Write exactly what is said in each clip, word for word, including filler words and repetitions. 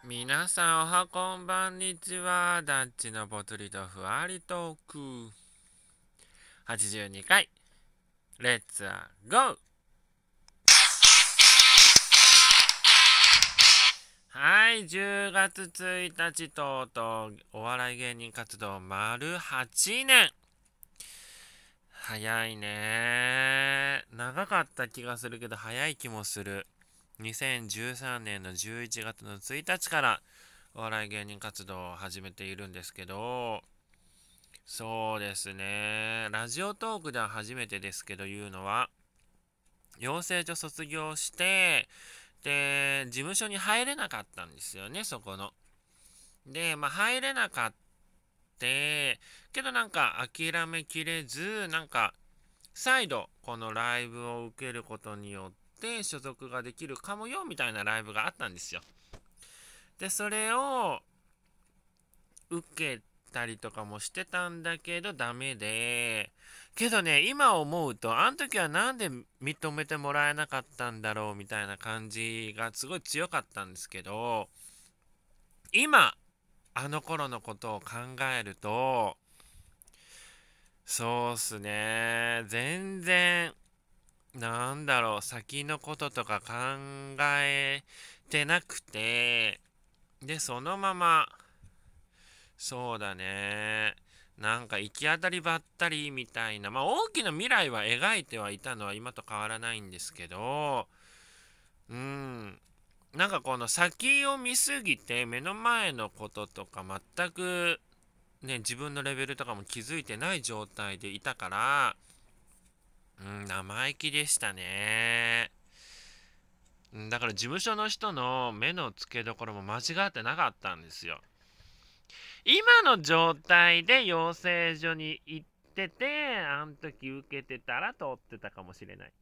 皆さんおはこんばんにちは。ダッチのぽつりとふわりトークはちじゅうにかいレッツアゴー。はい、じゅうがつついたちとうとうお笑い芸人活動丸はちねん。早いね。長かった気がするけど早い気もする。にせんじゅうさんねんのじゅういちがつのついたちからお笑い芸人活動を始めているんですけど、そうですね。ラジオトークでは初めてですけど言うのは、養成所卒業して、で、事務所に入れなかったんですよね、そこの。で、まあ入れなかった。けどなんか諦めきれず、なんか再度このライブを受けることによって所属ができるかもよみたいなライブがあったんですよ。で、それを受けたりとかもしてたんだけどダメで、けどね、今思うと、あの時はなんで認めてもらえなかったんだろうみたいな感じがすごい強かったんですけど、今、あの頃のことを考えると、そうっすね、全然、なんだろう、先のこととか考えてなくて、で、そのまま、そうだね。なんか行き当たりばったりみたいな、まあ大きな未来は描いてはいたのは今と変わらないんですけど、うん、なんかこの先を見すぎて目の前のこととか全くね、自分のレベルとかも気づいてない状態でいたから、うん、生意気でしたね。うんだから事務所の人の目の付けどころも間違ってなかったんですよ。今の状態で養成所に行ってて、あの時受けてたら通ってたかもしれない。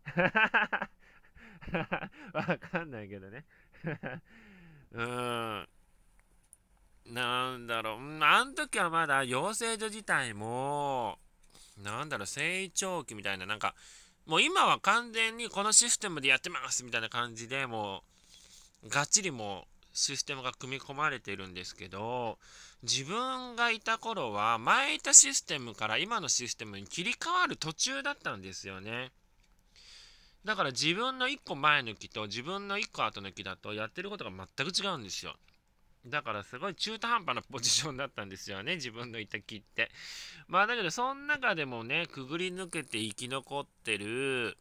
わかんないけどね。うーん。なんだろう。うんあの時はまだ養成所自体も、なんだろう、成長期みたいな、なんか、もう今は完全にこのシステムでやってますみたいな感じでもう、がっちりもうシステムが組み込まれてるんですけど、自分がいた頃は前いたシステムから今のシステムに切り替わる途中だったんですよね。だから自分のいっこまえの木と自分のいっこ後の木だとやってることが全く違うんですよ。だからすごい中途半端なポジションだったんですよね、自分のいた木って。まあだけどその中でもね、くぐり抜けて生き残ってる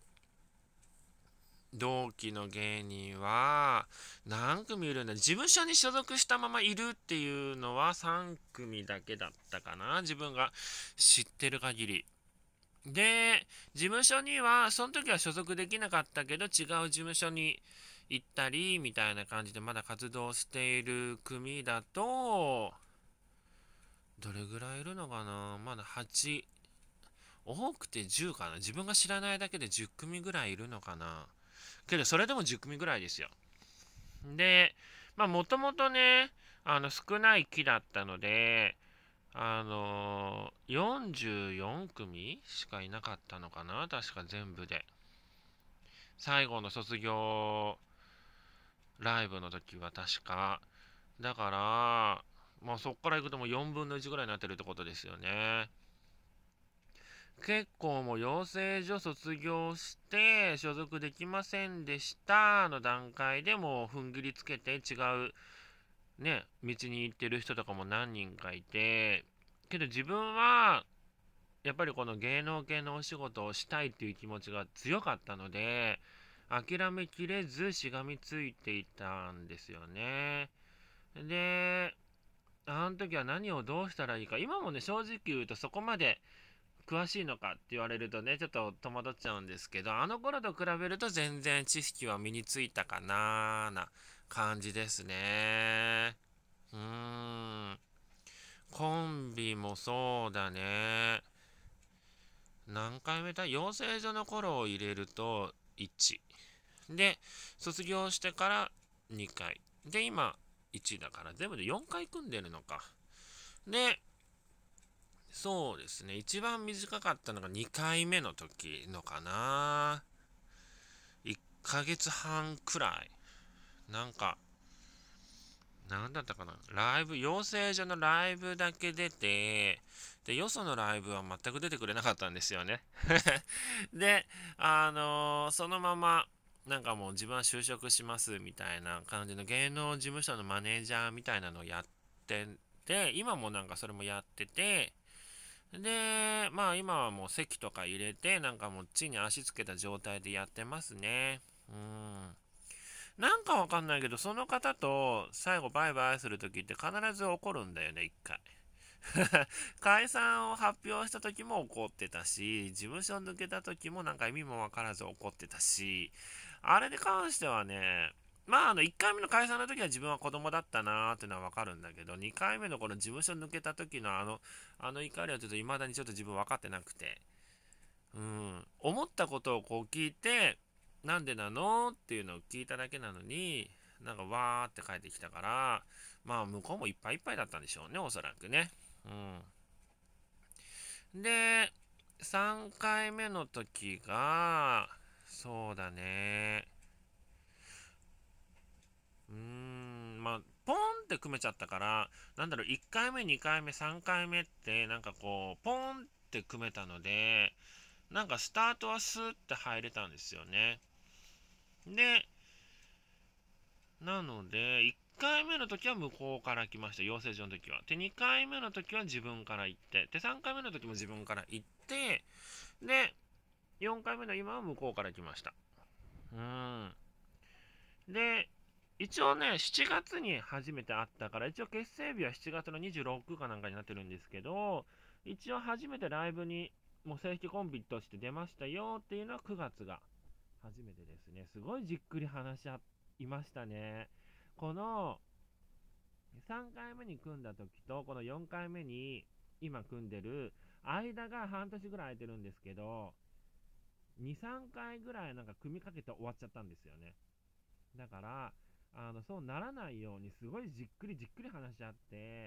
同期の芸人は何組いるんだ。事務所に所属したままいるっていうのはさんくみだけだったかな、自分が知ってる限り。で、事務所にはその時は所属できなかったけど違う事務所に行ったりみたいな感じでまだ活動している組だと、どれぐらいいるのかな、まだはち、多くてじゅうかな、自分が知らないだけでじゅっくみぐらいいるのかな。けどそれでもじゅっくみぐらいですよ。で、まあもともとね、あの少ない木だったので、あのー、よんじゅうよんくみしかいなかったのかな、確か全部で。最後の卒業ライブの時は確か。だから、まあそっから行くともうよんぶんのいちぐらいになってるってことですよね。結構もう養成所卒業して所属できませんでしたの段階でもう踏ん切りつけて違うね、道に行ってる人とかも何人かいて、けど自分はやっぱりこの芸能系のお仕事をしたいっていう気持ちが強かったので、諦めきれずしがみついていたんですよね。で、あの時は何をどうしたらいいか、今もね、正直言うとそこまで詳しいのかって言われるとね、ちょっと戸惑っちゃうんですけど、あの頃と比べると全然知識は身についたかなーな感じですね。うーん。コンビもそうだね。何回目だ養成所の頃を入れるといち。で、卒業してからにかい。で、今いちだから全部でよんかい組んでるのか。で、そうですね。一番短かったのがにかいめの時のかな。いっかげつはんくらい。なんか、 なんだったかな、ライブ、養成所のライブだけ出て、で、よそのライブは全く出てくれなかったんですよね。で、あのーそのまま、なんかもう自分は就職しますみたいな感じの芸能事務所のマネージャーみたいなのをやってて、今もなんかそれもやってて、で、まあ今はもう席とか入れて、なんかもう地に足つけた状態でやってますね。うん。なんかわかんないけど、その方と最後バイバイするときって必ず怒るんだよね、一回。解散を発表した時も怒ってたし、事務所抜けた時もなんか意味もわからず怒ってたし、あれに関してはね、まああのいっかいめの解散の時は自分は子供だったなーっていうのはわかるんだけど、にかいめのこの事務所抜けた時のあの、あの怒りはちょっと未だにちょっと自分分かってなくて、うん、思ったことをこう聞いて、なんでなのっていうのを聞いただけなのに、なんかわーって帰ってきたから、まあ向こうもいっぱいいっぱいだったんでしょうね、おそらくね。うん。で、さんかいめの時が、そうだね。うーん、まあ、ポンって組めちゃったから、なんだろう、いっかいめ、にかいめ、さんかいめって、なんかこう、ポンって組めたので、なんかスタートはスーって入れたんですよね。で、なので、いっかいめの時は向こうから来ました、養成所の時は。で、にかいめの時は自分から行って、で、さんかいめの時も自分から行って、で、よんかいめの今は向こうから来ました。うーん。で、一応ね、しちがつに初めて会ったから、一応結成日はしちがつのにじゅうろくかなんかになってるんですけど、一応初めてライブにもう正式コンビとして出ましたよっていうのはくがつが初めてですね。すごいじっくり話し合いましたね。このさんかいめに組んだ時と、このよんかいめに今組んでる間が半年ぐらい空いてるんですけど、に、さんかいぐらいなんか組みかけて終わっちゃったんですよね。だから、あの、そうならないようにすごいじっくりじっくり話し合って、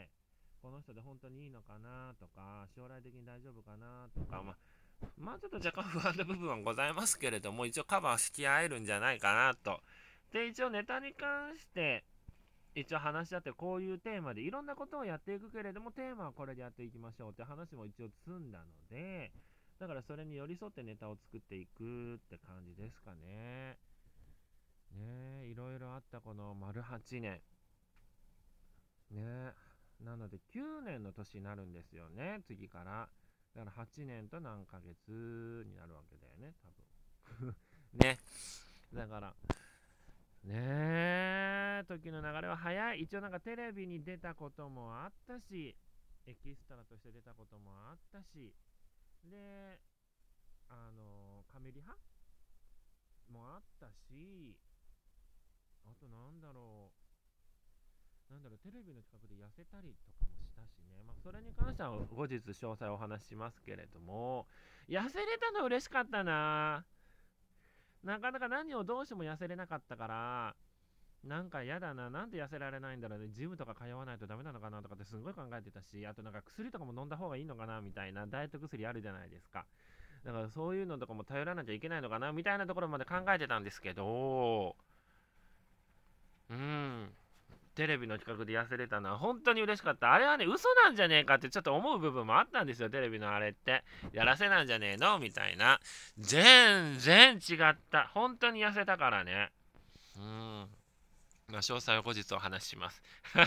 この人で本当にいいのかなとか、将来的に大丈夫かなとか、まあ、まあちょっと若干不安な部分はございますけれども、一応カバーしき合えるんじゃないかなと。で、一応ネタに関して、一応話し合ってこういうテーマでいろんなことをやっていくけれども、テーマはこれでやっていきましょうって話も一応積んだので、だからそれに寄り添ってネタを作っていくって感じですかね。ねえ、いろいろあったこの丸はちねん。ねえ。なのできゅうねんの年になるんですよね、次から。だからはちねんと何ヶ月になるわけだよね、多分。ね。だから、ねえ、時の流れは早い。一応なんかテレビに出たこともあったし、エキストラとして出たこともあったし、で、あのカメリハもあったし、あとなんだろう、なんだろう、テレビの近くで痩せたりとかもしたしね。まあ、それに関しては後日詳細お話ししますけれども、痩せれたの嬉しかったな。なかなか何をどうしても痩せれなかったから、なんか嫌だな、なんで痩せられないんだろうね、ジムとか通わないとダメなのかなとかってすごい考えてたし、あとなんか薬とかも飲んだ方がいいのかなみたいな、ダイエット薬あるじゃないですか。だからそういうのとかも頼らなきゃいけないのかなみたいなところまで考えてたんですけど、うーん、テレビの企画で痩せれたのは本当に嬉しかった。あれはね、嘘なんじゃねえかってちょっと思う部分もあったんですよ、テレビのあれって。やらせなんじゃねえのみたいな。全然違った。本当に痩せたからね。うーん。まあ、詳細は後日お話しします。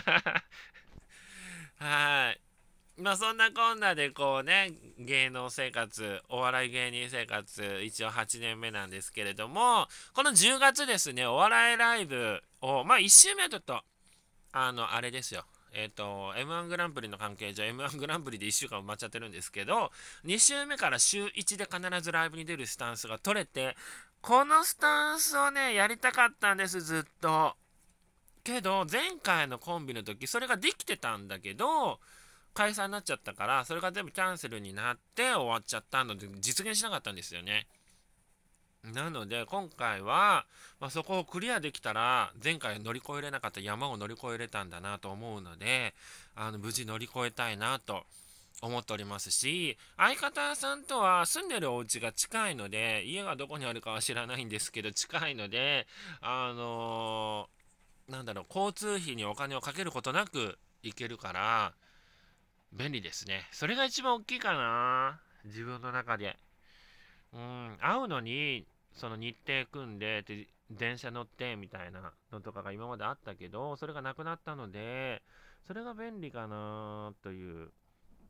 はい。まあそんなこんなでこうね、芸能生活、お笑い芸人生活、一応はちねんめなんですけれども、このじゅうがつですね、お笑いライブを、まあいっ週目はちょっと、あの、あれですよ。えっ、と、エムワン グランプリの関係上、エムワン グランプリでいっしゅうかん埋まっちゃってるんですけど、に週目から週いちで必ずライブに出るスタンスが取れて、このスタンスをね、やりたかったんです、ずっと。けど、前回のコンビの時、それができてたんだけど、解散になっちゃったから、それが全部キャンセルになって終わっちゃったので、実現しなかったんですよね。なので、今回は、まあ、そこをクリアできたら、前回乗り越えれなかった山を乗り越えれたんだなと思うので、あの、無事乗り越えたいなと思っておりますし、相方さんとは住んでるお家が近いので、家がどこにあるかは知らないんですけど、近いので、あのーなんだろう、交通費にお金をかけることなく行けるから便利ですね。それが一番大きいかな、自分の中で。うん、会うのにその日程組んでで電車乗ってみたいなのとかが今まであったけど、それがなくなったので、それが便利かなという。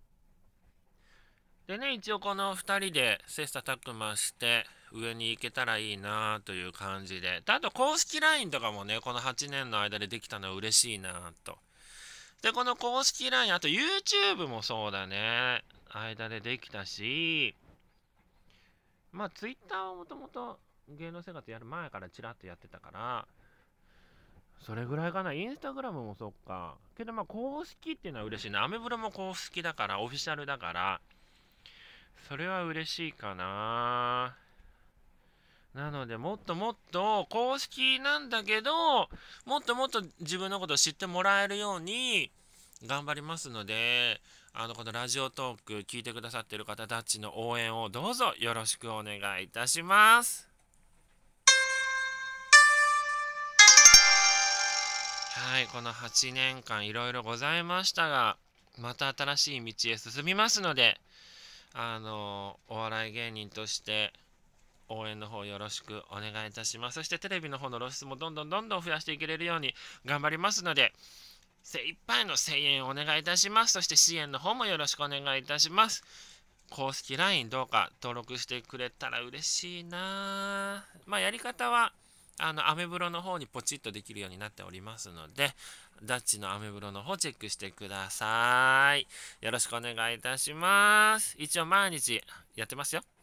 でね、一応このふたりで切磋琢磨して上に行けたらいいなという感じで。で、あと公式 ライン とかもね、このはちねんの間でできたのは嬉しいなと。で、この公式 ライン、あと YouTube もそうだね、間でできたし、まあ Twitter はもともと芸能生活やる前からちらっとやってたから、それぐらいかな。インスタグラムもそっか。けどまあ公式っていうのは嬉しいな。アメブロも公式だから、オフィシャルだから、それは嬉しいかな。なので、もっともっと公式なんだけど、もっともっと自分のことを知ってもらえるように頑張りますので、あの、このラジオトーク聞いてくださっている方たちの応援をどうぞよろしくお願いいたします。はい、このはちねんかんいろいろございましたが、また新しい道へ進みますので、あの、お笑い芸人として応援の方よろしくお願いいたします。そしてテレビの方の露出もどんどんどんどん増やしていけれるように頑張りますので、精一杯の声援をお願いいたします。そして支援の方もよろしくお願いいたします。公式 ライン どうか登録してくれたら嬉しいな。まあやり方はあのアメブロの方にポチッとできるようになっておりますので、ダッチのアメブロの方チェックしてください。よろしくお願いいたします。一応毎日やってますよ。